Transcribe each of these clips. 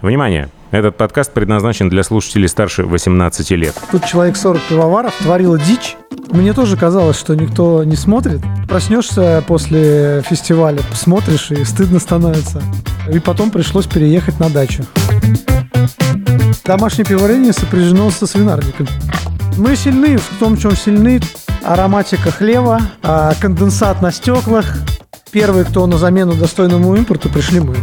Внимание! Этот подкаст предназначен для слушателей старше 18 лет. Тут человек 40 пивоваров творило дичь. Мне тоже казалось, что никто не смотрит. Проснешься после фестиваля, смотришь, и стыдно становится. И потом пришлось переехать на дачу. Домашнее пивоварение сопряжено со свинарником. Мы сильны в том, в чем сильны. Ароматика хлева, конденсат на стеклах. Первые, кто на замену достойному импорту, пришли мы.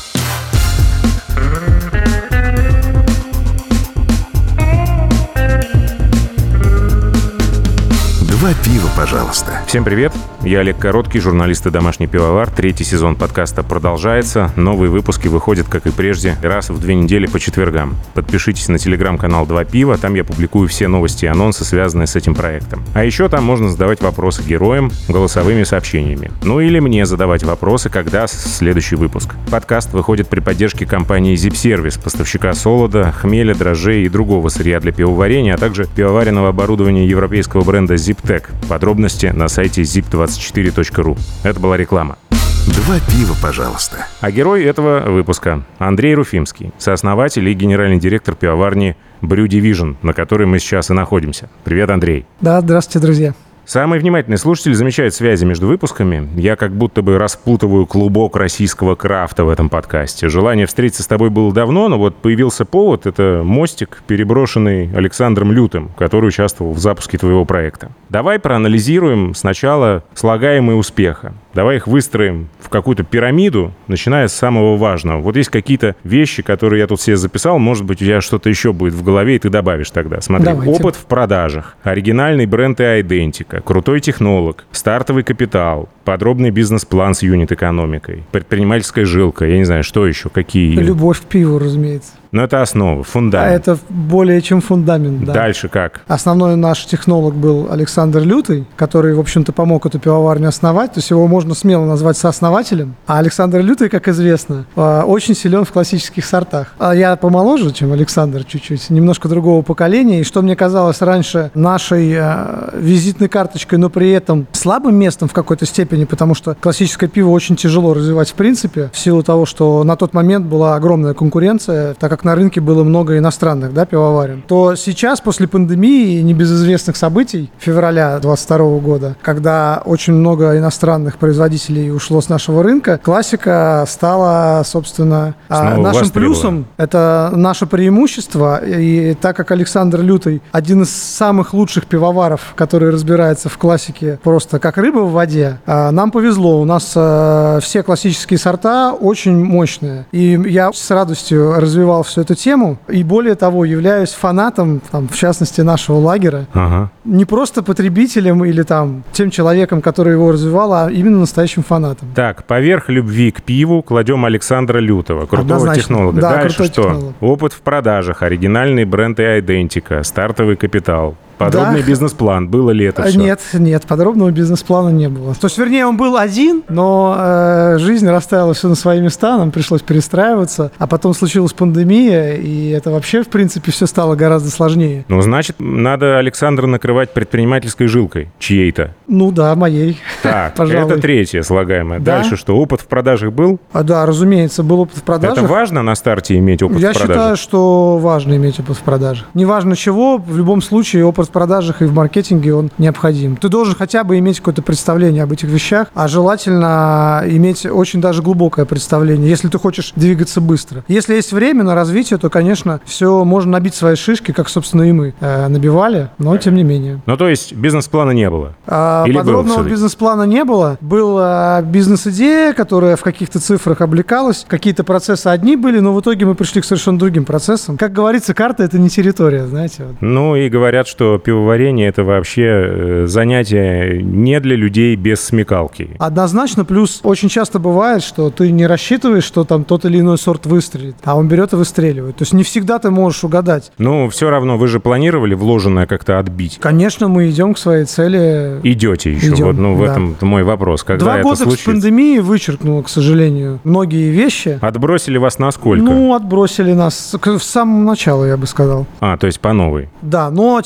Два пива, пожалуйста. Всем привет, я Олег Короткий, журналист и домашний пивовар. Третий сезон подкаста продолжается. Новые выпуски выходят, как и прежде, раз в 2 недели по четвергам. Подпишитесь на телеграм-канал «Два пива», там я публикую все новости и анонсы, связанные с этим проектом. А еще там можно задавать вопросы героям голосовыми сообщениями. Ну или мне задавать вопросы, когда следующий выпуск. Подкаст выходит при поддержке компании ZipService, поставщика солода, хмеля, дрожжей и другого сырья для пивоварения, а также пивоваренного оборудования европейского бренда ZipTech. Подробности на сайте zip24.ru. Это была реклама. Два пива, пожалуйста. А герой этого выпуска — Андрей Руфимский, сооснователь и генеральный директор пивоварни Brew Division, на которой мы сейчас и находимся. Привет, Андрей. Да, здравствуйте, друзья. Самый внимательный слушатель замечает связи между выпусками. Я как будто бы распутываю клубок российского крафта в этом подкасте. Желание встретиться с тобой было давно, но вот появился повод. Это мостик, переброшенный Александром Лютым, который участвовал в запуске твоего проекта. Давай проанализируем сначала слагаемые успеха. Давай их выстроим в какую-то пирамиду, начиная с самого важного. Вот есть какие-то вещи, которые я тут себе записал. Может быть, у тебя что-то еще будет в голове, и ты добавишь тогда. Смотри, давайте. Опыт в продажах, оригинальный бренд и идентика, крутой технолог, стартовый капитал, подробный бизнес-план с юнит-экономикой, предпринимательская жилка, я не знаю, что еще, какие... Любовь к пиву, разумеется. Но это основа, А фундамент. это более чем фундамент, да. Дальше как? Основной наш технолог был Александр Лютый, который, в общем-то, помог эту пивоварню основать. То есть его можно смело назвать сооснователем. А Александр Лютый, как известно, очень силен в классических сортах. Я помоложе, чем Александр чуть-чуть, немножко другого поколения. И что мне казалось раньше нашей визитной карточкой, но при этом слабым местом в какой-то степени, потому что классическое пиво очень тяжело развивать в принципе, в силу того, что на тот момент была огромная конкуренция, так как на рынке было много иностранных, да, пивоварен, то сейчас, после пандемии и небезызвестных событий февраля 2022 года, когда очень много иностранных производителей ушло с нашего рынка, классика стала, собственно, нашим плюсом. Это наше преимущество. И так как Александр Лютый один из самых лучших пивоваров, который разбирается в классике просто как рыба в воде, нам повезло. У нас все классические сорта очень мощные. И я с радостью развивал всю эту тему. И более того, являюсь фанатом, в частности, нашего лагера. Ага. Не просто потребителем или тем человеком, который его развивал, а именно настоящим фанатом. Так, поверх любви к пиву кладем Александра Лютого, крутого Однозначно. технолога. Да, дальше крутой что? технолог. Опыт в продажах, оригинальный бренд и идентика, стартовый капитал. Подробный бизнес-план. Было ли это все? Нет, подробного бизнес-плана не было. То есть, вернее, он был один, но жизнь расставила все на свои места, нам пришлось перестраиваться, а потом случилась пандемия, и это вообще, в принципе, все стало гораздо сложнее. Ну, значит, надо Александра накрывать предпринимательской жилкой чьей-то. Ну да, моей. Так, Пожалуй. это третье слагаемое. Да. Дальше что? Опыт в продажах был? Да, разумеется, был опыт в продажах. Это важно на старте иметь опыт Я в продажах? считаю, что важно иметь опыт в продажах. Неважно чего, в любом случае опыт в продажах и в маркетинге он необходим. Ты должен хотя бы иметь какое-то представление об этих вещах, а желательно иметь очень даже глубокое представление, если ты хочешь двигаться быстро. Если есть время на развитие, то, конечно, все можно набить свои шишки, как, собственно, и мы набивали, но тем не менее. Ну, то есть бизнес-плана не было? Или Подробного бизнес-плана не было. Была бизнес-идея, которая в каких-то цифрах облекалась. Какие-то процессы одни были, но в итоге мы пришли к совершенно другим процессам. Как говорится, карта — это не территория, знаете. Вот. Ну, и говорят, что пивоварение — это вообще занятие не для людей без смекалки. Однозначно, плюс очень часто бывает, что ты не рассчитываешь, что там тот или иной сорт выстрелит, а он берет и выстреливает. То есть не всегда ты можешь угадать. Ну, все равно вы же планировали вложенное как-то отбить. Конечно, мы идем к своей цели. Идете еще. Идем, вот, в да. этом мой вопрос. Когда 2 это года случится? с пандемией вычеркнуло, к сожалению, многие вещи. Отбросили вас на сколько? Ну, отбросили нас в самом начале, я бы сказал. То есть по новой. Да, но, тем не менее,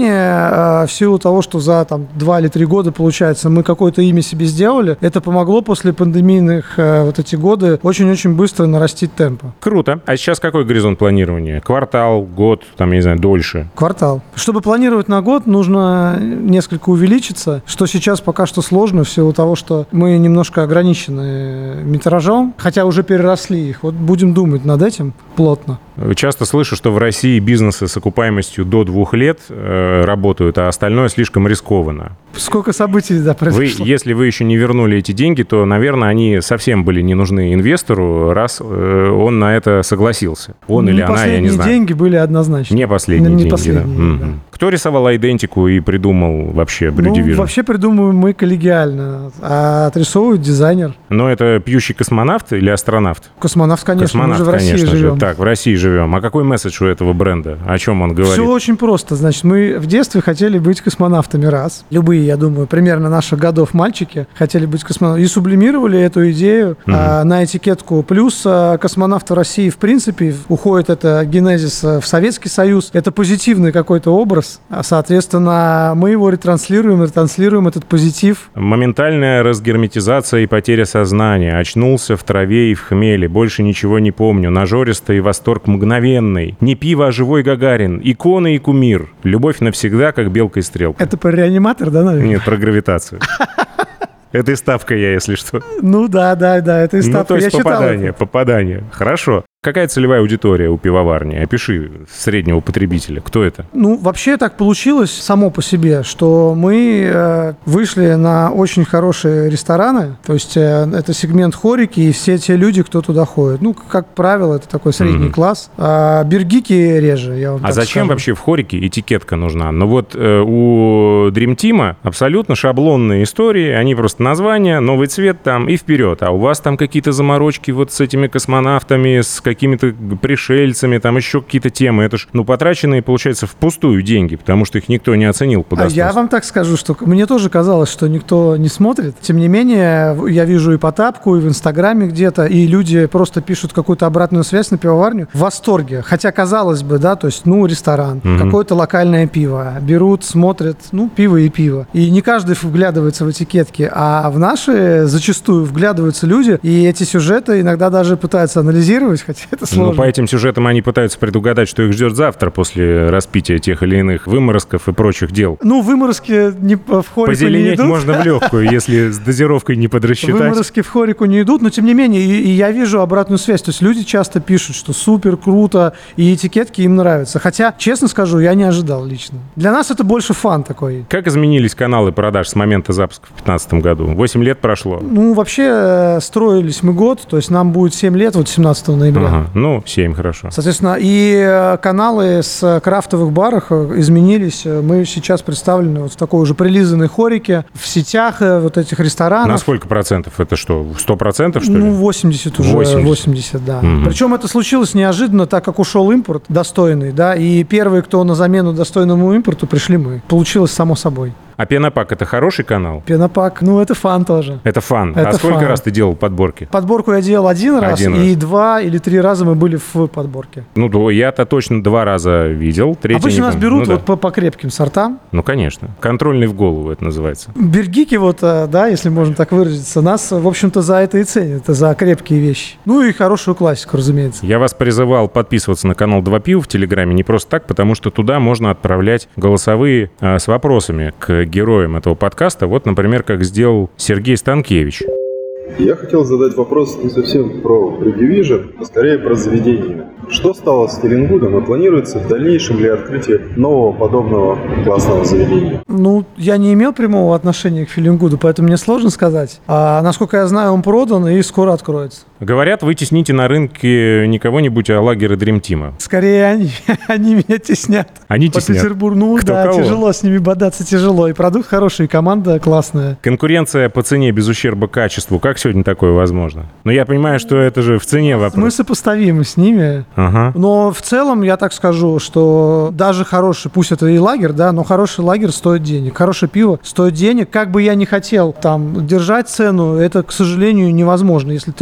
менее, в силу того, что за 2 или 3 года, получается, мы какое-то имя себе сделали, это помогло после пандемийных вот эти годы очень-очень быстро нарастить темпы. Круто. А сейчас какой горизонт планирования? Квартал, год, я не знаю, дольше? Квартал. Чтобы планировать на год, нужно несколько увеличиться, что сейчас пока что сложно в силу того, что мы немножко ограничены метражом, хотя уже переросли их. Вот будем думать над этим плотно. Часто слышу, что в России бизнесы с окупаемостью до 2 лет работают, а остальное слишком рискованно. Сколько событий, произошло. Если вы еще не вернули эти деньги, то, наверное, они совсем были не нужны инвестору, раз он на это согласился. Он или она, я не знаю. Последние деньги были однозначно. Не последние деньги, последние, да. Кто рисовал идентику и придумал вообще Blue Division? Вообще придумываем мы коллегиально, а отрисовывает дизайнер. Но это пьющий космонавт или астронавт? Космонавт, конечно, космонавт, мы же в России живем. Так, в России живем. А какой месседж у этого бренда? О чем он говорит? Все очень просто. Значит, мы в детстве хотели быть космонавтами раз. Любые, я думаю, примерно наших годов мальчики хотели быть космонавтами. И сублимировали эту идею на этикетку. Плюс космонавты в России, в принципе, уходит это генезис в Советский Союз. Это позитивный какой-то образ. Соответственно, мы его ретранслируем этот позитив. Моментальная разгерметизация и потеря сознания. Очнулся в траве и в хмеле. Больше ничего не помню. Нажористый восторг мгновенный. Не пиво, а живой Гагарин. Икона и кумир. Любовь навсегда, как белка и стрелка. Это про реаниматор, да, наверное? Нет, про гравитацию. Это и ставка я, если что. Ну да, это и ставка. То есть я попадание. Хорошо. Какая целевая аудитория у пивоварни? Опиши среднего потребителя. Кто это? Вообще так получилось само по себе, что мы вышли на очень хорошие рестораны. То есть это сегмент хорики и все те люди, кто туда ходит. Как правило, это такой средний класс. Биргики реже, я вам так зачем скажу. вообще в хорике этикетка нужна? У Dream Team абсолютно шаблонные истории. Они просто название, новый цвет там и вперед. А у вас там какие-то заморочки вот с этими космонавтами, с какими-то пришельцами, там еще какие-то темы. Это ж, потраченные, получается, впустую деньги, потому что их никто не оценил по достоинству. Я вам так скажу, что мне тоже казалось, что никто не смотрит. Тем не менее, я вижу и по тапку, и в Инстаграме где-то, и люди просто пишут какую-то обратную связь на пивоварню в восторге. Хотя, казалось бы, да, то есть, ресторан, какое-то локальное пиво. Берут, смотрят, пиво и пиво. И не каждый вглядывается в этикетки, а в наши зачастую вглядываются люди, и эти сюжеты иногда даже пытаются анализировать, хотя это сложно. По этим сюжетам они пытаются предугадать, что их ждет завтра после распития тех или иных выморозков и прочих дел. Выморозки в хорику Позеленеть не идут. можно в легкую, если с дозировкой не подрасчитать. Выморозки в хорику не идут, но тем не менее, и я вижу обратную связь. То есть люди часто пишут, что супер, круто, и этикетки им нравятся. Хотя, честно скажу, я не ожидал лично. Для нас это больше фан такой. Как изменились каналы продаж с момента запуска в 2015 году? 8 лет прошло? Вообще, строились мы год, то есть нам будет 7 лет, 17 ноября. 7, хорошо. Соответственно, и каналы с крафтовых барах изменились. Мы сейчас представлены в такой уже прилизанной хорике, в сетях этих ресторанов. На сколько процентов? Это что, 100%, что ли? 80 уже. 80, да. Причем это случилось неожиданно, так как ушел импорт достойный, да, и первые, кто на замену достойному импорту, пришли мы. Получилось само собой. А Пенопак — это хороший канал? Пенопак, это фан тоже. Это фан. Это сколько фан. раз ты делал подборки? Подборку я делал один раз, и 2 или 3 раза мы были в подборке. Я-то точно 2 раза видел. Обычно нас берут по крепким сортам. Конечно. Контрольный в голову это называется. Биргики, если можно так выразиться, нас, в общем-то, за это и ценят. Это за крепкие вещи. И хорошую классику, разумеется. Я вас призывал подписываться на канал 2 Пива в Телеграме не просто так, потому что туда можно отправлять голосовые с вопросами к героям этого подкаста. Вот, например, как сделал Сергей Станкевич. Я хотел задать вопрос не совсем про Blue Division, а скорее про заведение. Что стало с Филингудом и планируется в дальнейшем ли открытие нового подобного классного заведения? Я не имел прямого отношения к Филингуду, поэтому мне сложно сказать. А насколько я знаю, он продан и скоро откроется. Говорят, вы тесните на рынке не кого-нибудь, а лагеры Dream Team. Скорее они меня теснят. Они по теснят? Петербургу. Кого? Тяжело с ними бодаться, тяжело. И продукт хороший, и команда классная. Конкуренция по цене без ущерба качеству. Как сегодня такое возможно? Я понимаю, что это же в цене вопрос. Мы сопоставимы с ними. Ага. Но в целом я так скажу, что даже хороший, пусть это и лагерь, да, но хороший лагерь стоит денег. Хорошее пиво стоит денег. Как бы я ни хотел держать цену, это, к сожалению, невозможно. Если ты хочешь делать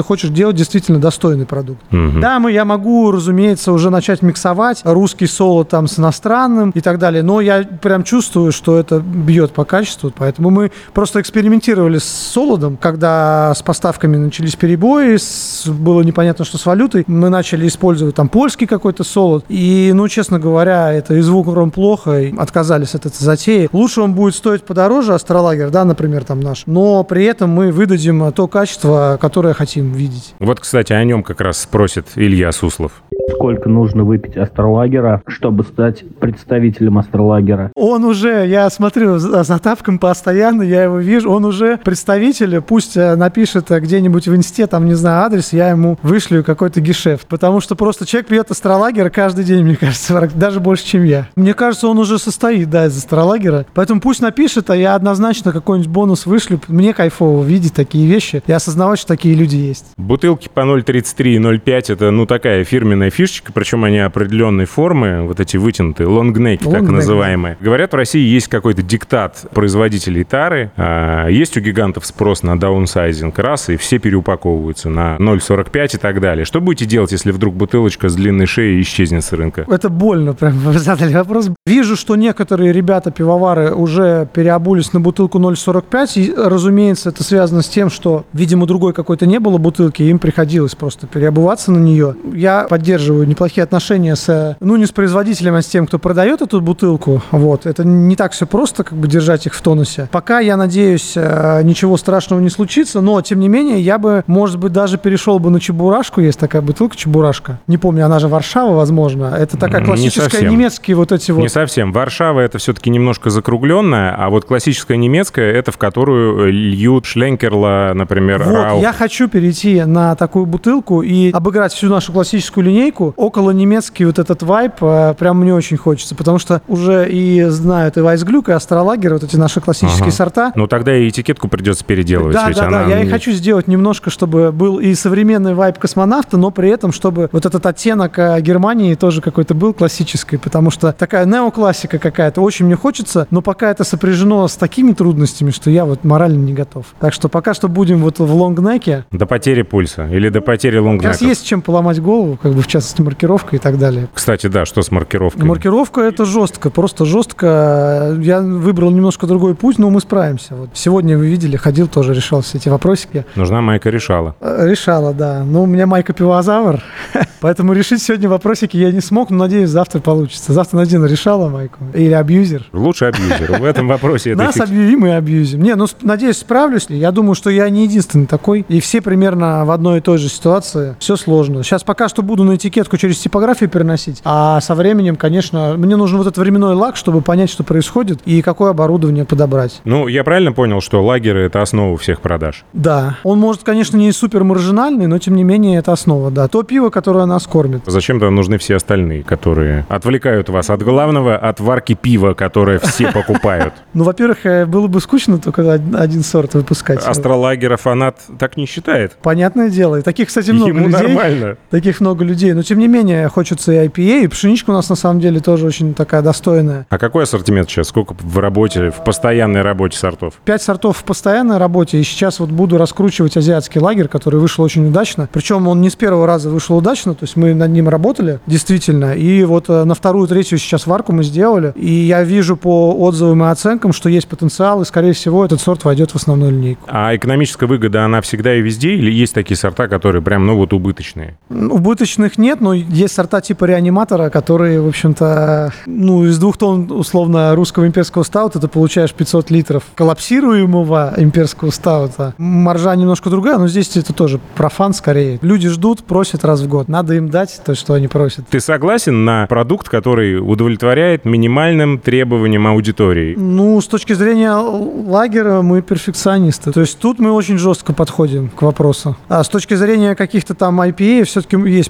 сделать действительно достойный продукт. Мгм. Да, я могу, разумеется, уже начать миксовать русский солод там с иностранным и так далее, но я прям чувствую, что это бьет по качеству, поэтому мы просто экспериментировали с солодом, когда с поставками начались перебои, было непонятно, что с валютой, мы начали использовать там польский какой-то солод, и, ну, честно говоря, это и звуком плохо, и отказались от этой затеи. Лучше он будет стоить подороже, Астрологер, да, например, там наш, но при этом мы выдадим то качество, которое хотим видеть. Вот, кстати, о нем как раз спросит Илья Суслов. Сколько нужно выпить Астрологера, чтобы стать представителем Астрологера? Он уже, я смотрю за тапком постоянно, я его вижу, он уже представитель, пусть напишет где-нибудь в инсте, там, не знаю, адрес, я ему вышлю какой-то гешефт, потому что просто человек пьет Астрологера каждый день, мне кажется, даже больше, чем я. Мне кажется, он уже состоит, да, из Астрологера, поэтому пусть напишет, а я однозначно какой-нибудь бонус вышлю. Мне кайфово видеть такие вещи и осознавать, что такие люди есть. Бутылки по 0,33 и 0,5 это, ну, такая фирменная фишечка, причем они определенной формы, вот эти вытянутые, лонгнеки, так Лонгнек, называемые. Говорят, в России есть какой-то диктат производителей тары, есть у гигантов спрос на даунсайзинг раз, и все переупаковываются на 0,45 и так далее. Что будете делать, если вдруг бутылочка с длинной шеей исчезнет с рынка? Это больно, прям вы задали вопрос. Вижу, что некоторые ребята-пивовары уже переобулись на бутылку 0,45, и, разумеется, это связано с тем, что, видимо, другой какой-то не было бутылки, и им приходилось просто переобуваться на нее. Я поддерживаю неплохие отношения с, ну, не с производителем, а с тем, кто продает эту бутылку. Вот. Это не так все просто, как бы, держать их в тонусе. Пока, я надеюсь, ничего страшного не случится, но, тем не менее, я бы, может быть, даже перешел бы на чебурашку. Есть такая бутылка чебурашка. Не помню, она же Варшава, возможно. Это такая классическая немецкие вот эти вот. Не совсем. Варшава — это все-таки немножко закругленная, а вот классическая немецкая — это в которую льют Шленкерла, например, Вот, Раух. я хочу перейти на такую бутылку и обыграть всю нашу классическую линейку. Около немецкий вот этот вайб прям мне очень хочется, потому что уже и знают и Вайсглюк, и Астрологер, вот эти наши классические сорта. Ну тогда и этикетку придется переделывать. Да, ведь да, она... да. Я и хочу сделать немножко, чтобы был и современный вайб космонавта, но при этом, чтобы вот этот оттенок Германии тоже какой-то был классический, потому что такая неоклассика какая-то. Очень мне хочется, но пока это сопряжено с такими трудностями, что я вот морально не готов. Так что пока что будем вот в лонгнеке. До потери пульса или до потери лонгнеков. Сейчас есть чем поломать голову, как бы в частности маркировка и так далее. Кстати, да, что с маркировкой? Маркировка — это жестко, просто жестко. Я выбрал немножко другой путь, но мы справимся. Вот сегодня вы видели, ходил тоже, решал все эти вопросики. Нужна майка решала. Решала, да. Но у меня майка пивозавр, поэтому решить сегодня вопросики я не смог, но надеюсь, завтра получится. Завтра надену решала майку или абьюзер. Лучше абьюзер. В этом вопросе это Нас абьюим и абьюзим. Не, ну, надеюсь, справлюсь. Я думаю, что я не единственный такой. И все примерно в одной и той же ситуации. Все сложно. Сейчас пока что буду на этикетку через типографию переносить. А со временем, конечно, мне нужен вот этот временной лаг, чтобы понять, что происходит и какое оборудование подобрать. Ну, я правильно понял, что лагеры — это основа всех продаж? Да. Он может, конечно, не супер маржинальный, но тем не менее это основа, да. То пиво, которое нас кормит. Зачем-то нужны все остальные, которые отвлекают вас от главного, от варки пива, которое все покупают. Ну, во-первых, было бы скучно только один сорт выпускать. Астролагера фанат так не считает. Понятное дело. И таких, кстати, много Ему людей. нормально. Таких много людей. Но, тем не менее, хочется и IPA, и пшеничка у нас, на самом деле, тоже очень такая достойная. А какой ассортимент сейчас? Сколько в работе, в постоянной работе сортов? 5 сортов в постоянной работе. И сейчас вот буду раскручивать азиатский лагерь, который вышел очень удачно. Причем он не с первого раза вышел удачно. То есть мы над ним работали, действительно. И вот на вторую, третью сейчас варку мы сделали. И я вижу по отзывам и оценкам, что есть потенциал. И, скорее всего, этот сорт войдет в основную линейку. А экономическая выгода, она всегда и везде? Или есть такие сорта, которые прям, ну вот, убыточные? Убыточных нет, но есть сорта типа реаниматора, которые, в общем-то, ну, из 2 тонн, условно, русского имперского стаута ты получаешь 500 литров коллапсируемого имперского стаута. Маржа немножко другая, но здесь это тоже профан скорее. Люди ждут, просят раз в год. Надо им дать то, что они просят. Ты согласен на продукт, который удовлетворяет минимальным требованиям аудитории? Ну, с точки зрения лагеря мы перфекционисты. То есть тут мы очень жестко подходим к вопросу. А с точки зрения каких-то там IPA все-таки есть подвижки,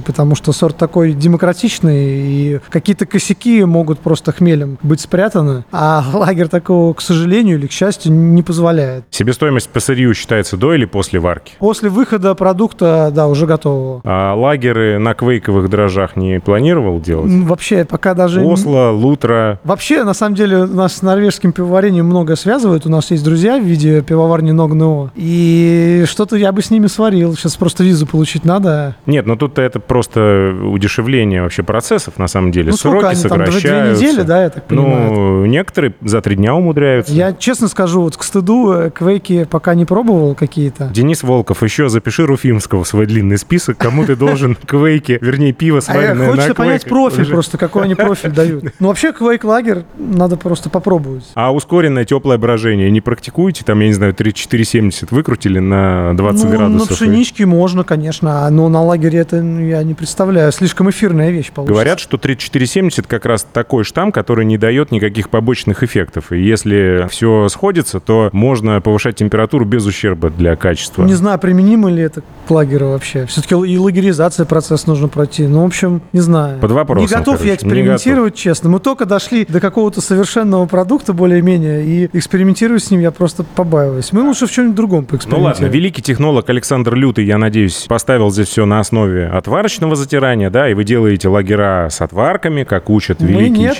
меньше, потому что сорт такой демократичный, и какие-то косяки могут просто хмелем быть спрятаны, а лагерь такого, к сожалению или к счастью, не позволяет. Себестоимость по сырью считается до или после варки? После выхода продукта, да, уже готового. А лагеры на квейковых дрожжах не планировал делать? Вообще, пока даже... Осло, Лутра. Вообще, на самом деле, нас с норвежским пивоварением многое связывает. У нас есть друзья в виде пивоварни Ногнео. И что-то я бы с ними сварил. Сейчас просто визу получить надо. Нет, ну тут это просто удешевление вообще процессов, на самом деле. Ну, сколько Сроки они там, сокращаются. 2 недели, да, я так понимаю? Ну, некоторые за 3 дня умудряются. Я честно скажу, вот к стыду, квейки пока не пробовал какие-то. Денис Волков, еще запиши Руфимского в свой длинный список, кому ты должен квейки, вернее, пиво сваренное на Хочется понять квейках. профиль просто, какой они профиль дают. Ну, вообще, квейк-лагерь надо просто попробовать. А ускоренное теплое брожение не практикуете? Там, я не знаю, 34-70 выкрутили на 20 Ну, градусов? на пшеничке можно, конечно, но на лагере это я не представляю. Слишком эфирная вещь получится. Говорят, что 34-70 как раз такой штамм, который не дает никаких побочных эффектов. И если все сходится, то можно повышать температуру без ущерба для качества. Не знаю, применимо ли это к лагерю вообще. Все-таки и лагеризация процесс нужно пройти. Ну, в общем, не знаю. Под вопросом, Не готов короче, я экспериментировать, честно. Мы только дошли до какого-то совершенного продукта более-менее, и экспериментировать с ним я просто побаиваюсь. Мы лучше в чем-нибудь другом Ну поэкспериментируем. ладно, великий технолог Александр Лютый, я надеюсь, поставил здесь все на основе отварочного затирания, да, и вы делаете лагера с отварками, как учат Мы великие... нет,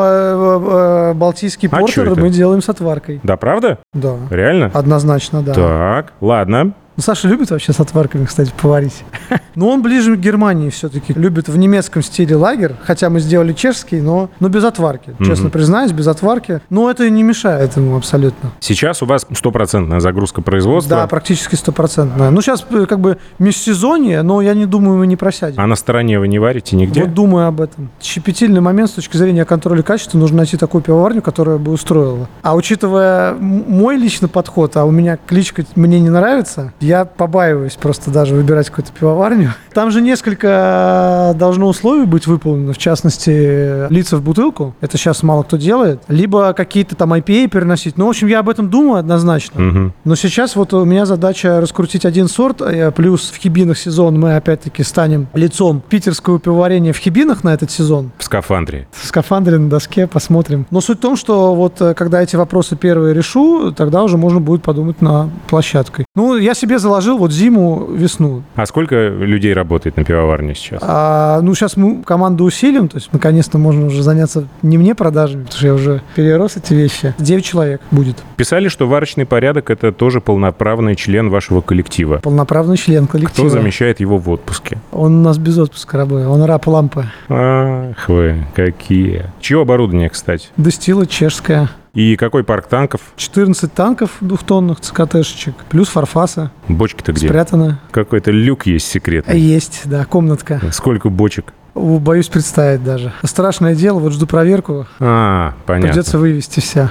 но балтийский А чё портер это? мы делаем с отваркой. Да, правда? Да. Реально? Однозначно, да. Так, ладно. Ну, Саша любит вообще с отварками, кстати, поварить. Но он ближе к Германии все-таки. Любит в немецком стиле лагерь, хотя мы сделали чешский, но без отварки. Честно признаюсь, без отварки. Но это не мешает ему абсолютно. Сейчас у вас 100% загрузка производства. Да, практически 100%. Ну, сейчас как бы межсезонье, но я не думаю, мы не просядем. А на стороне вы не варите нигде? Вот думаю об этом. Щепетильный момент с точки зрения контроля качества. Нужно найти такую пивоварню, которая бы устроила. А учитывая мой личный подход, а у меня кличка мне не нравится, я побаиваюсь просто даже выбирать какую-то пивоварню. Там же несколько должно условий быть выполнено. В частности, литься в бутылку. Это сейчас мало кто делает. Либо какие-то там IPA переносить. Ну, в общем, я об этом думаю однозначно. Но сейчас вот у меня задача раскрутить один сорт. Плюс в Хибинах сезон мы опять-таки станем лицом питерского пивоварения в Хибинах на этот сезон. В скафандре. В скафандре на доске посмотрим. Но суть в том, что вот когда эти вопросы первые решу, тогда уже можно будет подумать над площадкой. Ну, я себе заложил вот зиму, весну. А сколько людей работает на пивоварне сейчас? Ну, сейчас мы команду усилим, то есть наконец-то можно уже заняться не мне продажами, потому что я уже перерос эти вещи. 9 человек будет. Писали, что варочный порядок — это тоже полноправный член вашего коллектива. Полноправный член коллектива. Кто замещает его в отпуске? Он у нас без отпуска работает, он раб лампы. Ах вы, какие. Чье оборудование, кстати? Дестила чешская. И какой парк танков? 14 танков двухтонных ЦКТшечек, плюс фарфасы. Бочки-то где? Спрятаны. Какой-то люк есть секретный. Есть, да, комнатка. Сколько бочек? Боюсь представить даже. Страшное дело, вот жду проверку. Понятно. Придется вывести все.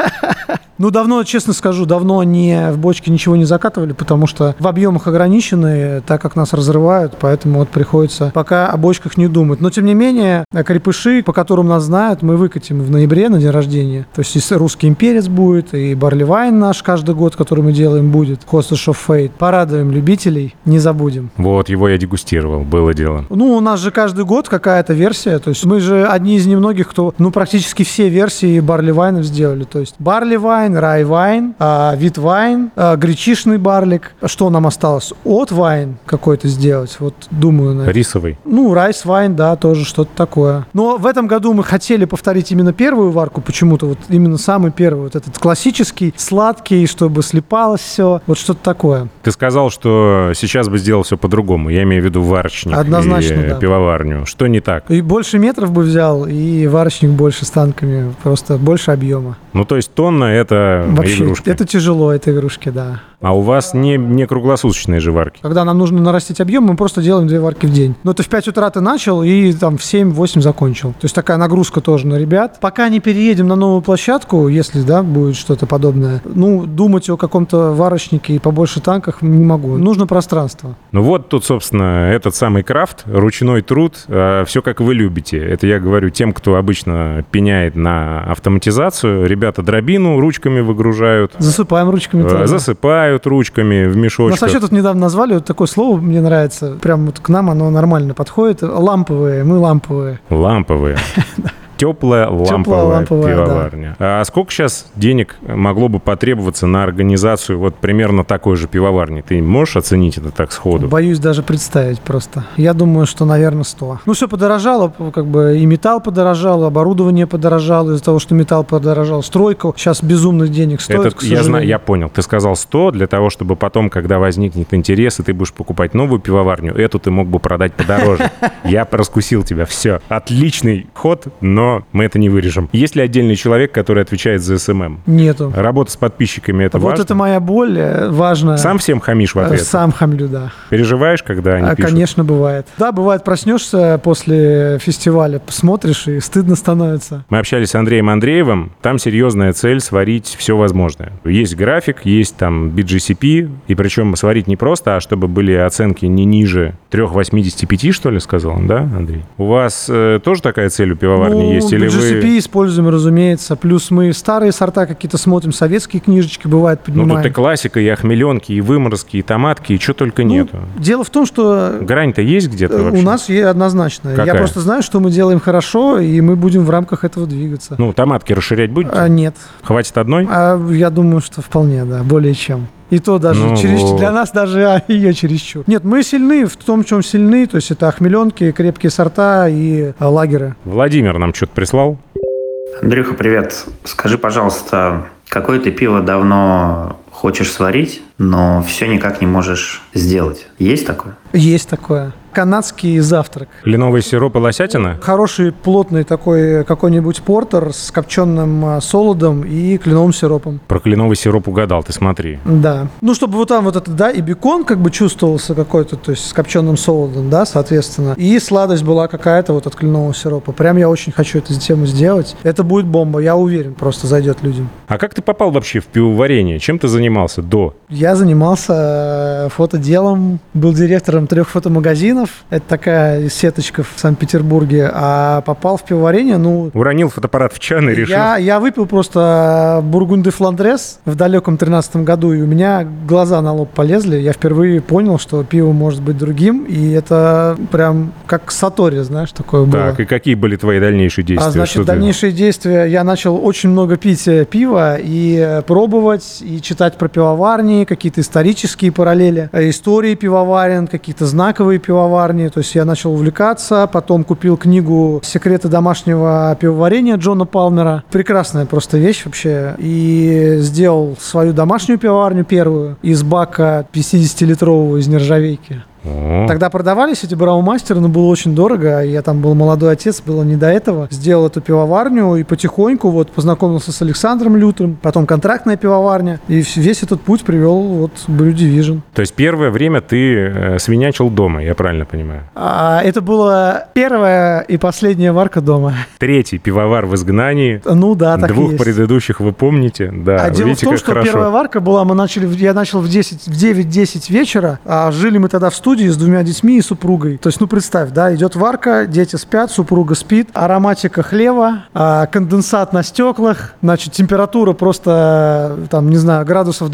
Ну, давно, честно скажу, давно в бочке ничего не закатывали, потому что в объемах ограничены, так как нас разрывают, поэтому вот приходится пока о бочках не думать. Но, тем не менее, крепыши, по которым нас знают, мы выкатим в ноябре на день рождения. То есть и русский имперец будет, и барливайн наш каждый год, который мы делаем, будет. Hostage of Fate. Порадуем любителей, не забудем. Вот, его я дегустировал, было дело. Ну, у нас же каждый год какая-то версия. То есть мы же одни из немногих, кто, практически все версии барливайнов сделали. То есть барливайн, райвайн, витвайн, гречишный барлик. Что нам осталось? Отвайн какой-то сделать. Вот думаю. Наверное. Рисовый. Ну, райсвайн, да, тоже что-то такое. Но в этом году мы хотели повторить именно первую варку почему-то. Вот именно самый первый. Вот этот классический, сладкий, чтобы слипалось все. Вот что-то такое. Ты сказал, что сейчас бы сделал все по-другому. Я имею в виду варочник. Однозначно, и да. Пивоварню. Что не так? И больше метров бы взял, и варочник больше с танками. Просто больше объема. Ну, то есть тонна — это Вообще, игрушки. это тяжело, это игрушки, да. А у вас не круглосуточные же варки? Когда нам нужно нарастить объем, мы просто делаем 2 варки в день. Но это в 5 утра ты начал и там в 7-8 закончил. То есть такая нагрузка тоже на ребят. Пока не переедем на новую площадку, если, да, будет что-то подобное, думать о каком-то варочнике и побольше танках не могу. Нужно пространство. Ну вот тут, собственно, этот самый крафт, ручной труд, все как вы любите. Это я говорю тем, кто обычно пеняет на автоматизацию. Ребята дробину ручками выгружают. Засыпаем ручками тоже. Засыпают. махают ручками в мешочках. Нас вообще тут недавно назвали, вот такое слово мне нравится, прям вот к нам оно нормально подходит. Ламповые, мы ламповые. Ламповые. Теплая ламповая пивоварня. Да. А сколько сейчас денег могло бы потребоваться на организацию вот примерно такой же пивоварни? Ты можешь оценить это так сходу? Боюсь даже представить просто. Я думаю, что, наверное, 100. Ну, все подорожало, как бы и металл подорожал, оборудование подорожало из-за того, что металл подорожал, стройка сейчас безумных денег стоит, Это, я знаю, я понял. Ты сказал 100 для того, чтобы потом, когда возникнет интерес, и ты будешь покупать новую пивоварню, эту ты мог бы продать подороже. Я раскусил тебя. Все. Отличный ход, но мы это не вырежем. Есть ли отдельный человек, который отвечает за СММ? Нету. Работа с подписчиками — это вот важно? это моя боль, важная. Сам всем хамишь в ответ? Сам хамлю, да. Переживаешь, когда они пишут? Конечно, бывает. Да, бывает, проснешься после фестиваля, посмотришь, и стыдно становится. Мы общались с Андреем Андреевым. Там серьезная цель — сварить все возможное. Есть график, есть там BGCP, и причем сварить не просто, а чтобы были оценки не ниже 3,85, что ли, сказал он, да, Андрей? У вас тоже такая цель у пивоварни есть? Или BGCP вы... используем, разумеется. Плюс мы старые сорта какие-то смотрим, советские книжечки, бывает, поднимаем. Ну, тут и классика, и охмеленки, и выморозки, и томатки, и что только нету. Дело в том, что... Грань-то есть где-то вообще? У нас есть однозначно. Какая? Я просто знаю, что мы делаем хорошо, и мы будем в рамках этого двигаться. Ну, томатки расширять будете? Нет. Хватит одной? Я думаю, что вполне, да, более чем. И то даже для нас даже ее чересчур. Нет, мы сильны в том, в чем сильны. То есть это охмеленки, крепкие сорта и лагеры. Владимир нам что-то прислал. Андрюха, привет. Скажи, пожалуйста, какое ты пиво давно хочешь сварить, но все никак не можешь сделать? Есть такое? Есть такое. Канадский завтрак. Кленовый сироп и лосятина? Хороший, плотный такой какой-нибудь портер с копченым солодом и кленовым сиропом. Про кленовый сироп угадал, ты смотри. Да. Ну, чтобы вот там вот это, да, и бекон как бы чувствовался какой-то, то есть с копченым солодом, да, соответственно. И сладость была какая-то вот от кленового сиропа. Прям я очень хочу эту тему сделать. Это будет бомба, я уверен, просто зайдет людям. А как ты попал вообще в пивоварение? Чем ты занимался до? Я занимался фотоделом, был директором 3 фотомагазинов. Это такая сеточка в Санкт-Петербурге. А попал в пивоварение, ну... Уронил фотоаппарат в чан и решил... Я выпил просто бургунь де Фландрес в далеком 13-м году, и у меня глаза на лоб полезли. Я впервые понял, что пиво может быть другим, и это прям как сатори, знаешь, такое было. Так, и какие были твои дальнейшие действия? Значит, дальнейшие действия, я начал очень много пить пива и пробовать, и читать про пивоварни, какие-то исторические параллели, истории пивоварен, какие-то знаковые пивоварни. То есть я начал увлекаться, потом купил книгу «Секреты домашнего пивоварения» Джона Палмера. Прекрасная просто вещь вообще. И сделал свою домашнюю пивоварню первую из бака 50-литрового из нержавейки. Тогда продавались эти браумастеры, но было очень дорого. Я там был молодой отец, было не до этого. Сделал эту пивоварню и потихоньку вот познакомился с Александром Лютым, потом контрактная пивоварня. И весь этот путь привел вот к Brew Division. То есть первое время ты свинячил дома, я правильно понимаю? Это была первая и последняя варка дома. Третий пивовар в изгнании. Ну да, так и есть. 2 предыдущих вы помните. Да, дело видите, в том, как что хорошо. первая варка была, я начал в 9-10 вечера, а жили мы тогда в студии с 2 детьми и супругой. То есть, ну представь, да, идет варка, дети спят, супруга спит, ароматика хлева, конденсат на стеклах, значит, температура просто, там, не знаю, градусов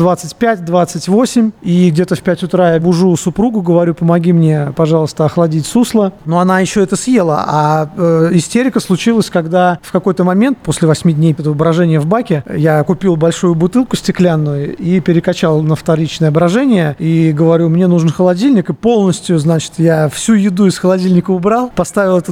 25-28, и где-то в 5 утра я бужу супругу, говорю, помоги мне, пожалуйста, охладить сусло. Но она еще это съела, а истерика случилась, когда в какой-то момент, после 8 дней этого брожения в баке, я купил большую бутылку стеклянную и перекачал на вторичное брожение, и говорю, мне нужен холодильник, и полностью, значит, я всю еду из холодильника убрал, поставил эту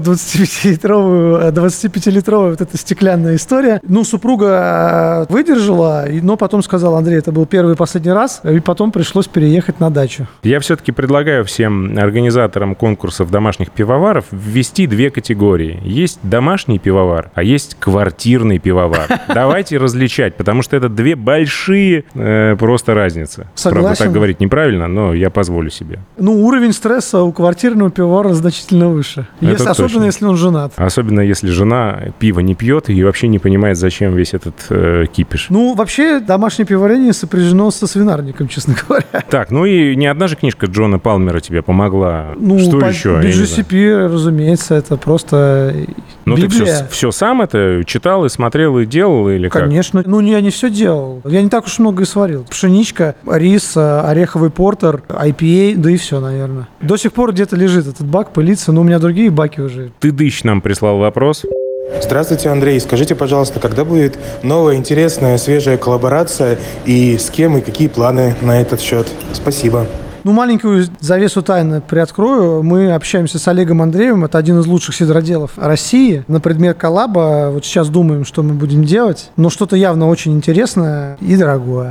25-литровую вот эта стеклянная история. Ну, супруга выдержала, но потом сказала, Андрей, это был первый и последний раз, и потом пришлось переехать на дачу. Я все-таки предлагаю всем организаторам конкурсов домашних пивоваров ввести 2 категории. Есть домашний пивовар, а есть квартирный пивовар. Давайте различать, потому что это 2 большие просто разницы. Согласен. Правда, так говорить неправильно, но я позволю себе. Ну, уровень стресса у квартирного пивовара значительно выше. Особенно, если он женат. Особенно, если жена пиво не пьет и вообще не понимает, зачем весь этот кипиш. Ну, вообще, домашнее пивоварение сопряжено со свинарником, честно говоря. Так, и не одна же книжка Джона Палмера тебе помогла. Что еще? BGCP, разумеется, это просто Библия. Ты все сам это читал и смотрел и делал или как? Конечно. Я не все делал. Я не так уж много и сварил. Пшеничка, рис, ореховый портер, IPA, да и все, наверное. До сих пор где-то лежит этот бак, пылится, но у меня другие баки уже. Тыдыщ нам прислал вопрос. Здравствуйте, Андрей. Скажите, пожалуйста, когда будет новая, интересная, свежая коллаборация и с кем и какие планы на этот счет? Спасибо. Маленькую завесу тайны приоткрою. Мы общаемся с Олегом Андреевым. Это один из лучших сидроделов России. На предмет коллаба. Вот сейчас думаем, что мы будем делать. Но что-то явно очень интересное и дорогое.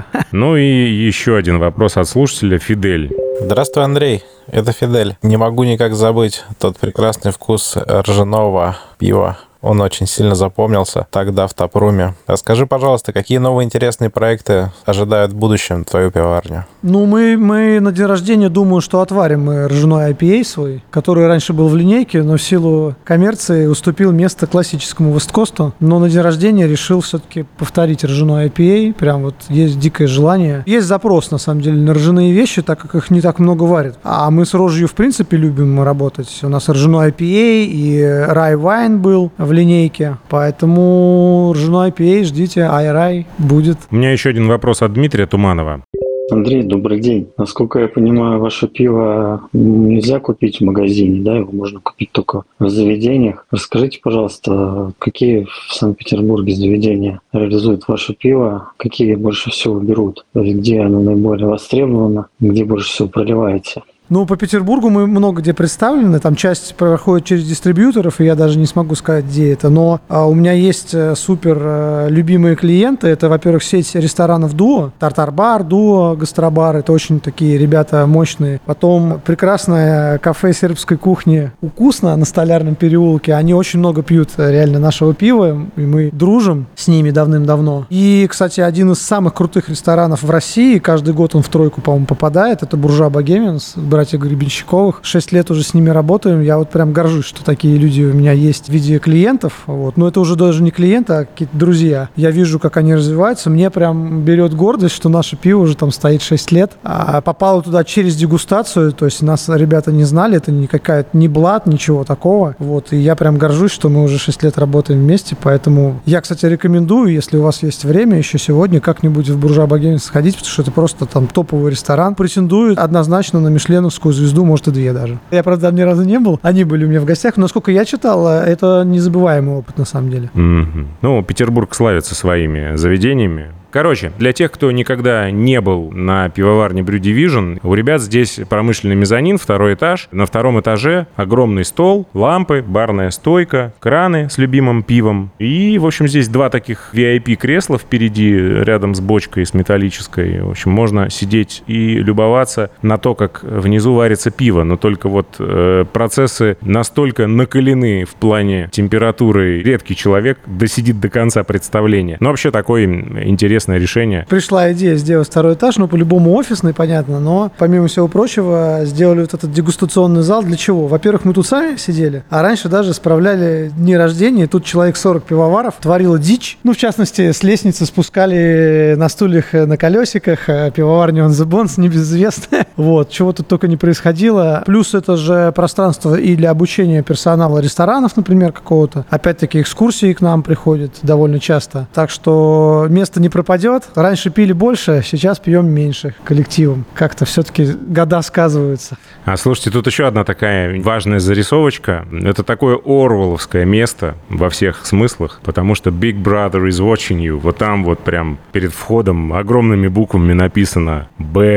И еще один вопрос от слушателя. Фидель. Здравствуй, Андрей. Это Фидель. Не могу никак забыть тот прекрасный вкус ржаного пива. Он очень сильно запомнился тогда в Тапруме. Расскажи, пожалуйста, какие новые интересные проекты ожидают в будущем твою пивоварню? Мы на день рождения, думаю, что отварим мы ржаной IPA свой, который раньше был в линейке, но в силу коммерции уступил место классическому Весткосту. Но на день рождения решил все-таки повторить ржаной IPA. Прям вот есть дикое желание. Есть запрос, на самом деле, на ржаные вещи, так как их не так много варят. А мы с рожью, в принципе, любим работать. У нас ржаной IPA и Rye Wine был в линейке. Поэтому ржаной IPA ждите, iRye будет. У меня еще один вопрос от Дмитрия Туманова. Андрей, добрый день. Насколько я понимаю, ваше пиво нельзя купить в магазине, да? Его можно купить только в заведениях. Расскажите, пожалуйста, какие в Санкт-Петербурге заведения реализуют ваше пиво, какие больше всего берут, где оно наиболее востребовано, где больше всего проливаете? По Петербургу мы много где представлены, там часть проходит через дистрибьюторов, и я даже не смогу сказать, где это, но у меня есть супер любимые клиенты, это, во-первых, сеть ресторанов Дуо, Тартар-бар, Дуо, Гастробар, это очень такие ребята мощные. Потом прекрасное кафе сербской кухни «Укусно» на Столярном переулке, они очень много пьют реально нашего пива, и мы дружим с ними давным-давно. И, кстати, один из самых крутых ресторанов в России, каждый год он в тройку, по-моему, попадает, это «Буржуа Богемианс», братья Гребенщиковых. 6 лет уже с ними работаем. Я вот прям горжусь, что такие люди у меня есть в виде клиентов. Но это уже даже не клиенты, а какие-то друзья. Я вижу, как они развиваются. Мне прям берет гордость, что наше пиво уже там стоит 6 лет. А попало туда через дегустацию. То есть нас ребята не знали. Это не какая-то не блат, ничего такого. И я прям горжусь, что мы уже 6 лет работаем вместе. Поэтому я, кстати, рекомендую, если у вас есть время, еще сегодня как-нибудь в «Буржуа Богемианс» сходить, потому что это просто там топовый ресторан. Претендует однозначно на Мишленовскую звезду, может и 2 даже. Я, правда, там ни разу не был. Они были у меня в гостях. Но, насколько я читал, это незабываемый опыт на самом деле. Петербург славится своими заведениями. Короче, для тех, кто никогда не был на пивоварне Brew Division, у ребят здесь промышленный мезонин, 2-й этаж. На 2-м этаже огромный стол, лампы, барная стойка, краны с любимым пивом. И, в общем, здесь 2 таких VIP-кресла впереди, рядом с бочкой, с металлической. В общем, можно сидеть и любоваться на то, как внизу варится пиво. Но только процессы настолько накалены в плане температуры. Редкий человек досидит до конца представления. Но вообще такой интересный решение. Пришла идея сделать 2-й этаж, по-любому офисный, понятно, но помимо всего прочего сделали вот этот дегустационный зал. Для чего? Во-первых, мы тут сами сидели, а раньше даже справляли дни рождения, и тут человек 40 пивоваров творило дичь. В частности, с лестницы спускали на стульях на колесиках пивоварню On The Bones, небезызвестная. Чего тут только не происходило. Плюс это же пространство и для обучения персонала ресторанов, например, какого-то. Опять-таки экскурсии к нам приходят довольно часто. Так что место не пропадет. Раньше пили больше, сейчас пьем меньше коллективом. Как-то все-таки года сказываются. Слушайте, тут еще одна такая важная зарисовочка. Это такое орвелловское место во всех смыслах, потому что Big Brother is watching you. Там прям перед входом огромными буквами написано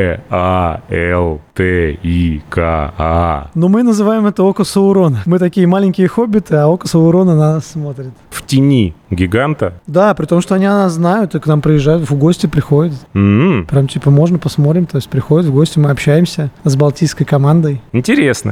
BALTIKA. Но мы называем это Око Саурона. Мы такие маленькие хоббиты, а Око Саурона на нас смотрит. В тени гиганта. Да, при том, что они нас знают и к нам приезжают, в гости приходят. Прям типа можно посмотрим, то есть приходят в гости, мы общаемся с балтийской командой. Интересно.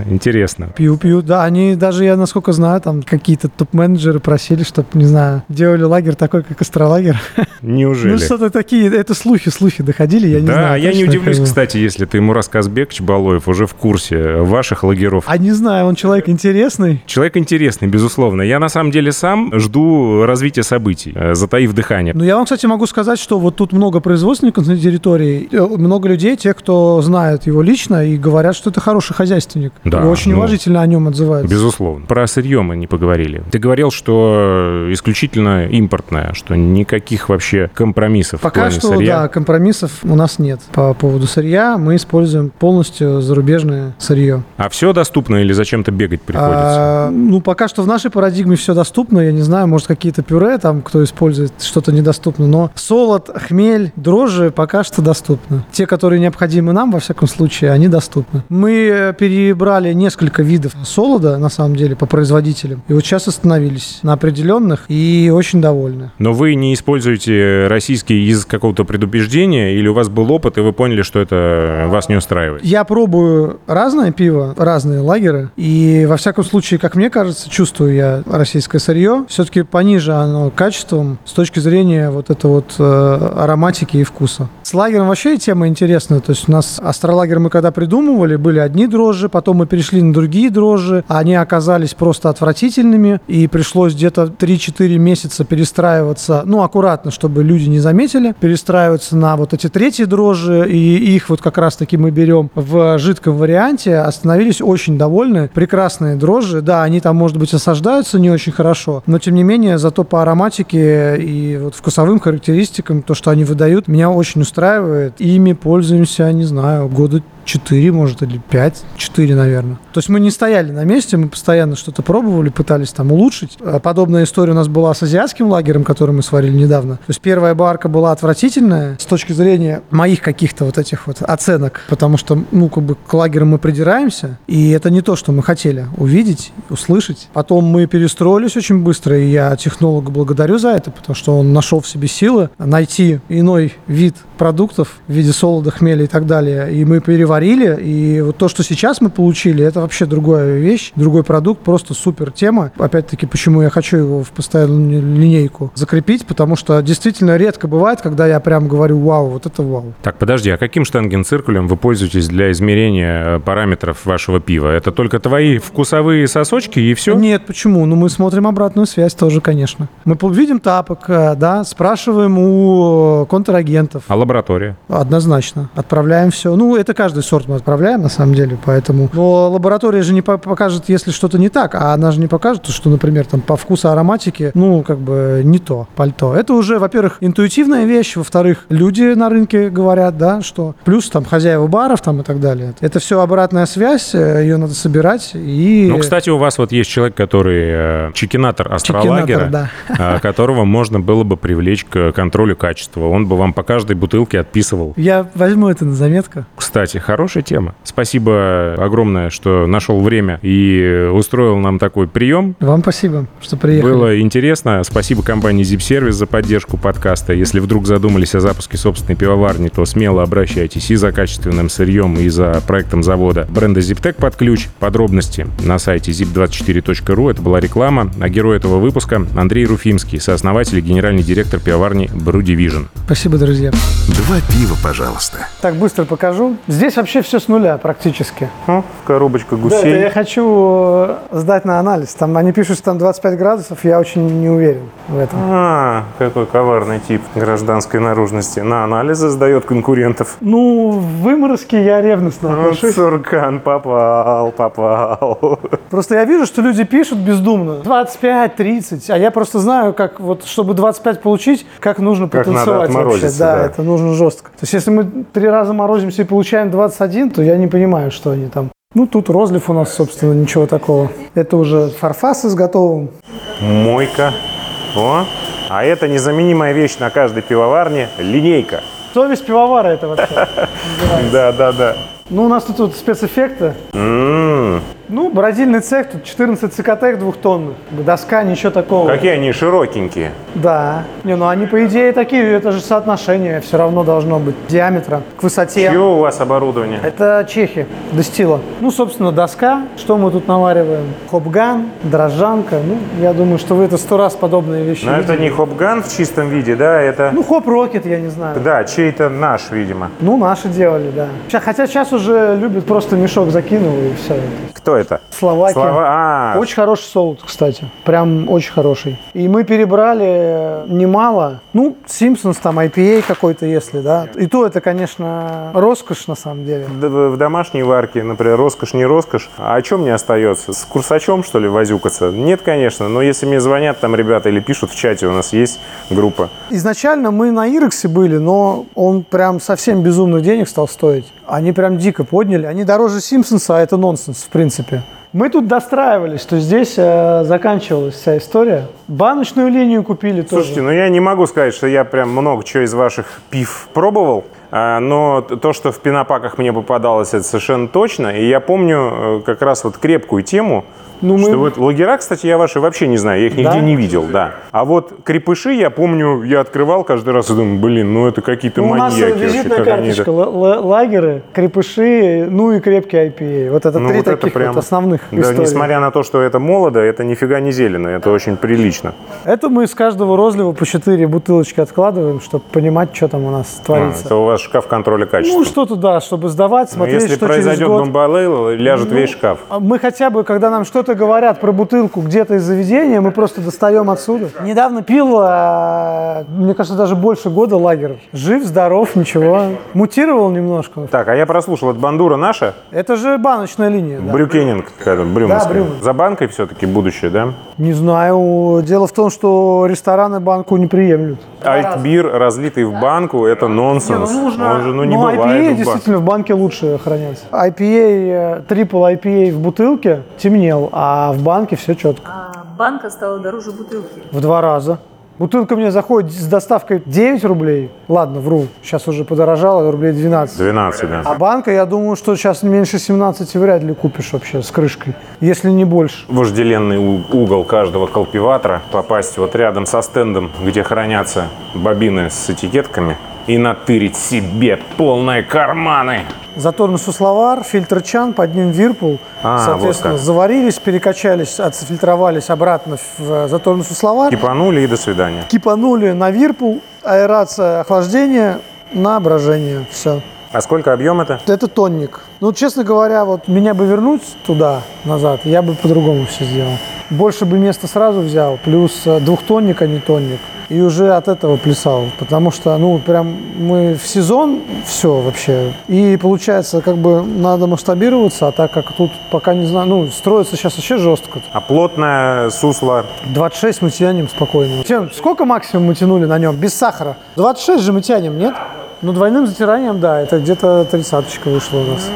Пьют, да, они даже, я насколько знаю, там какие-то топ-менеджеры просили, чтобы, не знаю, делали лагерь такой, как Астролагерь. Неужели? Ну что-то такие, это слухи доходили, я не знаю. Да, я не точно, удивлюсь, как бы. кстати, если ты, Мурас Казбекович Балоев, уже в курсе ваших лагеров. А не знаю, он человек интересный. Человек интересный, безусловно. Я на самом деле сам жду развития событий, затаив дыхание. Ну, я вам, кстати, могу сказать, что вот тут много производственников на территории, много людей, тех, кто знает его лично и говорят, что это хороший хозяйственник. Да, и очень уважительно о нем отзываются. Безусловно. Про сырье мы не поговорили. Ты говорил, что исключительно импортное, что никаких вообще компромиссов в Пока плане что, сырья. да, компромиссов у нас нет по поводу сырья. Мы используем полностью зарубежное сырье. А все доступно или зачем-то бегать приходится? Ну, пока что в нашей парадигме все доступно. Я не знаю, может, какие-то пюре там, кто использует, что-то недоступно. Но солод, хмель, дрожжи пока что доступны. Те, которые необходимы нам, во всяком случае, они доступны. Мы перебрали несколько видов солода, на самом деле, по производителям. И вот сейчас остановились на определенных и очень довольны. Но вы не используете российский из какого-то предубеждения, или у вас был опыт, и вы поняли, что это вас не устраивает? Я пробую разное пиво, разные лагеры. И, во всяком случае, как мне кажется, чувствую я российское сырье. Все-таки пониже оно качеством с точки зрения вот этой вот ароматики и вкуса. С лагером вообще тема интересная. То есть у нас Астролагерь мы когда придумывали, были одни дрожжи, потом мы перешли на другие дрожжи. Они оказались просто отвратительными. И пришлось где-то 3-4 месяца перестраиваться, ну, аккуратно, чтобы люди не заметили, перестраиваться на вот эти третьи дрожжи. И их вот как раз-таки мы берем в жидком варианте. Остановились очень довольны. Прекрасные дрожжи. Да, они там, может быть, осаждаются не очень хорошо, но, тем не менее, зато по ароматике и вот вкусовым характеристикам, то, что они выдают, меня очень устраивает. Ими пользуемся, не знаю, года 4, может, или 5. 4, наверное. То есть мы не стояли на месте, мы постоянно что-то пробовали, пытались там улучшить. Подобная история у нас была с азиатским лагерем, который мы сварили недавно. То есть первая барка была отвратительная с точки зрения моих каких-то вот этих вот оценок, потому что, ну, как бы к лагерям мы придираемся, и это не то, что мы хотели увидеть, услышать. Потом мы перестроились очень быстро, и я технолога благодарю за это, потому что он нашел в себе силы найти иной вид продуктов в виде солода, хмеля и так далее. И мы переварили, и вот то, что сейчас мы получили, это вообще другая вещь, другой продукт, просто супер тема. Опять-таки, почему я хочу его в постоянную линейку закрепить, потому что действительно редко бывает, когда я прям говорю: вау, вот это вау. Так, подожди, а каким штангенциркулем вы пользуетесь для измерения параметров вашего пива? Это только твои вкусовые сосочки и все? Нет, почему? Ну, мы смотрим обратную связь тоже, конечно. Мы видим тапок, да, спрашиваем у контрагентов. А лаборатория? Однозначно. Отправляем все. Ну, это каждый сорт мы отправляем, на самом деле, поэтому... Но лаборатория же не покажет, если что-то не так, а она же не покажет, что, например, там по вкусу ароматики, ну, как бы не то пальто. Это уже, во-первых, интуитивная вещь, во-вторых, люди на рынке говорят, да, что... Плюс там хозяева баров там и так далее. Это все обратная связь, ее надо собирать и... Ну, кстати, у вас вот есть человек, который чекинатор Астролагера, да. Которого можно было бы привлечь к контролю качества. Он бы вам по каждой бутылке отписывал. Я возьму это на заметку. Кстати, хорошая тема. Спасибо огромное, что нашел время и устроил нам такой прием. Вам спасибо, что приехали. Было интересно. Спасибо компании Zip Service за поддержку подкаста. Если вдруг задумались о запуске собственной пивоварни, то смело обращайтесь и за качественным сырьем, и за проектом завода бренда ZipTech под ключ. Подробности на сайте zip24.ru. Это была реклама. А герой этого выпуска — Андрей Руфимский, сооснователь и генеральный директор пивоварни Brew Division. Спасибо, друзья. 2 пива, пожалуйста. Так, быстро покажу. Здесь вообще все с нуля практически. Коробочка гусей. Да, это я хочу сдать на анализ. Там они пишут, что там 25 градусов, я очень не уверен в этом. Какой коварный тип гражданской наружности. На анализы сдает конкурентов. Ну, в выморозке я ревностно отношусь. Цуркан попал. Просто я вижу, что люди пишут бездумно. 25, 30. А я просто знаю, как вот, чтобы 25 получить, как нужно как потанцевать надо вообще. да, это нужно жестко. То есть, если мы 3 раза морозимся и получаем 21, то я не понимаю, что они там. Ну, тут розлив у нас, собственно, ничего такого. Это уже фарфасы с готовым. Мойка. О, а это незаменимая вещь на каждой пивоварне — линейка. Совесть пивовара это вообще. Да. Ну, у нас тут вот спецэффекты. Ну, бразильный цех, тут 14 цикотек двухтонных. Доска, ничего такого. Какие они широкенькие. Да. Не, ну они, по идее, такие, это же соотношение все равно должно быть диаметра к высоте. Чье у вас оборудование? Это чехи, Дестила. Ну, собственно, доска. Что мы тут навариваем? Хопган, дрожжанка. Ну, я думаю, что вы это 100 раз подобные вещи Но видели. это не хопган в чистом виде, да? Это... Ну, хоп-рокет, я не знаю. Да, чей-то наш, видимо. Ну, наши делали, да. Хотя сейчас уже любят просто мешок закинул и все. Кто это? Словакия. Очень хороший соус, кстати. Прям очень хороший. И мы перебрали немало. Ну, Simpsons, там IPA какой-то, если, да. И то это, конечно, роскошь на самом деле. В домашней варке, например, роскошь не роскошь. А о чем мне остается? С курсачом, что ли, возюкаться? Нет, конечно. Но если мне звонят там ребята или пишут в чате, у нас есть группа. Изначально мы на Ирексе были, но он прям совсем безумных денег стал стоить. Они прям дико подняли. Они дороже Симпсонса, а это нонсенс, в принципе. Мы тут достраивались, что здесь заканчивалась вся история. Баночную линию купили тоже. Слушайте, ну я не могу сказать, что я прям много чего из ваших пив пробовал. Но то, что в пинопаках мне попадалось, это совершенно точно. И я помню как раз вот крепкую тему. Что вот лагера, кстати, я ваши вообще не знаю, я их нигде не видел, да. А вот крепыши, я помню, я открывал каждый раз и думаю, блин, ну это какие-то маньяки. У нас визитная карточка, лагеры, крепыши, ну и крепкий IPA. Вот это три вот таких прям, вот основных истории. Да, несмотря на то, что это молодо, это нифига не зелено, это очень прилично. Это мы с каждого розлива по 4 бутылочки откладываем, чтобы понимать, что там у нас творится. Это у вас шкаф контроля качества. Ну что-то, да, чтобы сдавать, смотреть, если что через год. Если произойдет бомбалейл, ляжет весь шкаф. Мы хотя бы, когда нам что-то говорят про бутылку где-то из заведения, мы просто достаем отсюда. Недавно пил, мне кажется, даже больше года лагерь. Жив, здоров, ничего. Мутировал немножко. Так, а я прослушал, это бандура наша? Это же баночная линия. Да. Брюкенинг какая-то, брюманская. Да, Брюман. За банкой все-таки будущее, да? Не знаю. Дело в том, что рестораны банку не приемлют. Альтбир, разлитый в банку, это нонсенс. Он же, не бывает IPA действительно в банке лучше хранятся. IPA, Triple IPA в бутылке темнел, а в банке все четко. А банка стала дороже бутылки? В 2 раза. Бутылка мне заходит с доставкой 9 рублей. Ладно, вру. Сейчас уже подорожало, рублей 12. 12, да. А банка, я думаю, что сейчас меньше 17 вряд ли купишь вообще с крышкой. Если не больше. Вожделенный угол каждого колпиватора. Попасть вот рядом со стендом, где хранятся бобины с этикетками. И натырить себе полные карманы. Затор сусловар, фильтр чан, под ним вирпул. Соответственно, вот заварились, перекачались, отфильтровались обратно в затор сусловар. Кипанули и до свидания. Кипанули на вирпул, аэрация, охлаждение, на брожение. Все. А сколько объем это? Это тонник. Ну, честно говоря, вот меня бы вернуть туда, назад, я бы по-другому все сделал. Больше бы места сразу взял, плюс двухтонник, а не тонник. И уже от этого плясал, потому что, ну, прям мы в сезон, все вообще. И получается, как бы надо масштабироваться, а так как тут пока не знаю, ну, строится сейчас вообще жестко. А плотное сусло? 26 мы тянем спокойно. Сколько максимум мы тянули на нем, без сахара? 26 же мы тянем, нет? Ну, двойным затиранием, да, это где-то 30-очка вышла у нас.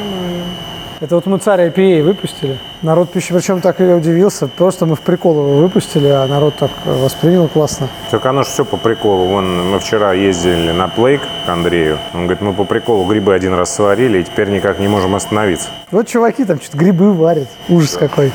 Это вот мы царь IPA выпустили. Народ пищи, причем так и удивился. Просто мы в прикол его выпустили, а народ так воспринял классно. Так оно же все по приколу. Вон мы вчера ездили на Плейк к Андрею. Он говорит, мы по приколу грибы один раз сварили, и теперь никак не можем остановиться. Вот чуваки там что-то грибы варят. Ужас какой.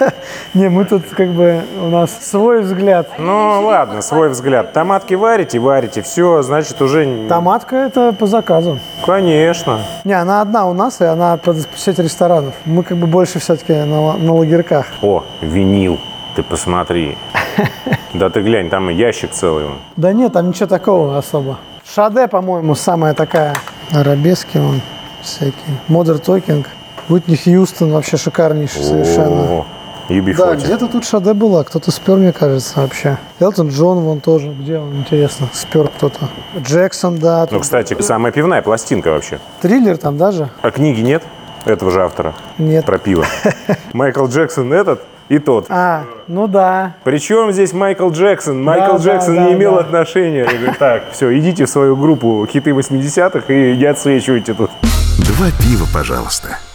Не, мы тут как бы, у нас свой взгляд. Ну ладно, свой взгляд. Томатки варите, все, значит уже... Томатка это по заказу. Конечно. Не, она одна у нас, и она под сеть ресторанов. Мы как бы больше все-таки на лагерьках. О, винил, ты посмотри. Да ты глянь, там и ящик целый. Да нет, там ничего такого особо. Шаде, по-моему, самая такая. Арабески вон всякие. Модерн Токинг. Уитни Хьюстон вообще шикарнейший совершенно. Да, где-то тут Шаде была, кто-то спер, мне кажется, вообще. Элтон Джон вон тоже, где он, интересно, спер кто-то. Джексон, да. Ну, кстати, самая пивная пластинка вообще. Триллер там даже. А книги нет этого же автора? Нет. Про пиво. Майкл Джексон этот и тот. А, ну да. Причем здесь Майкл Джексон? Майкл Джексон не имел отношения. Я говорю, так, все, идите в свою группу хиты 80-х и не отсвечивайте тут. 2 пива, пожалуйста.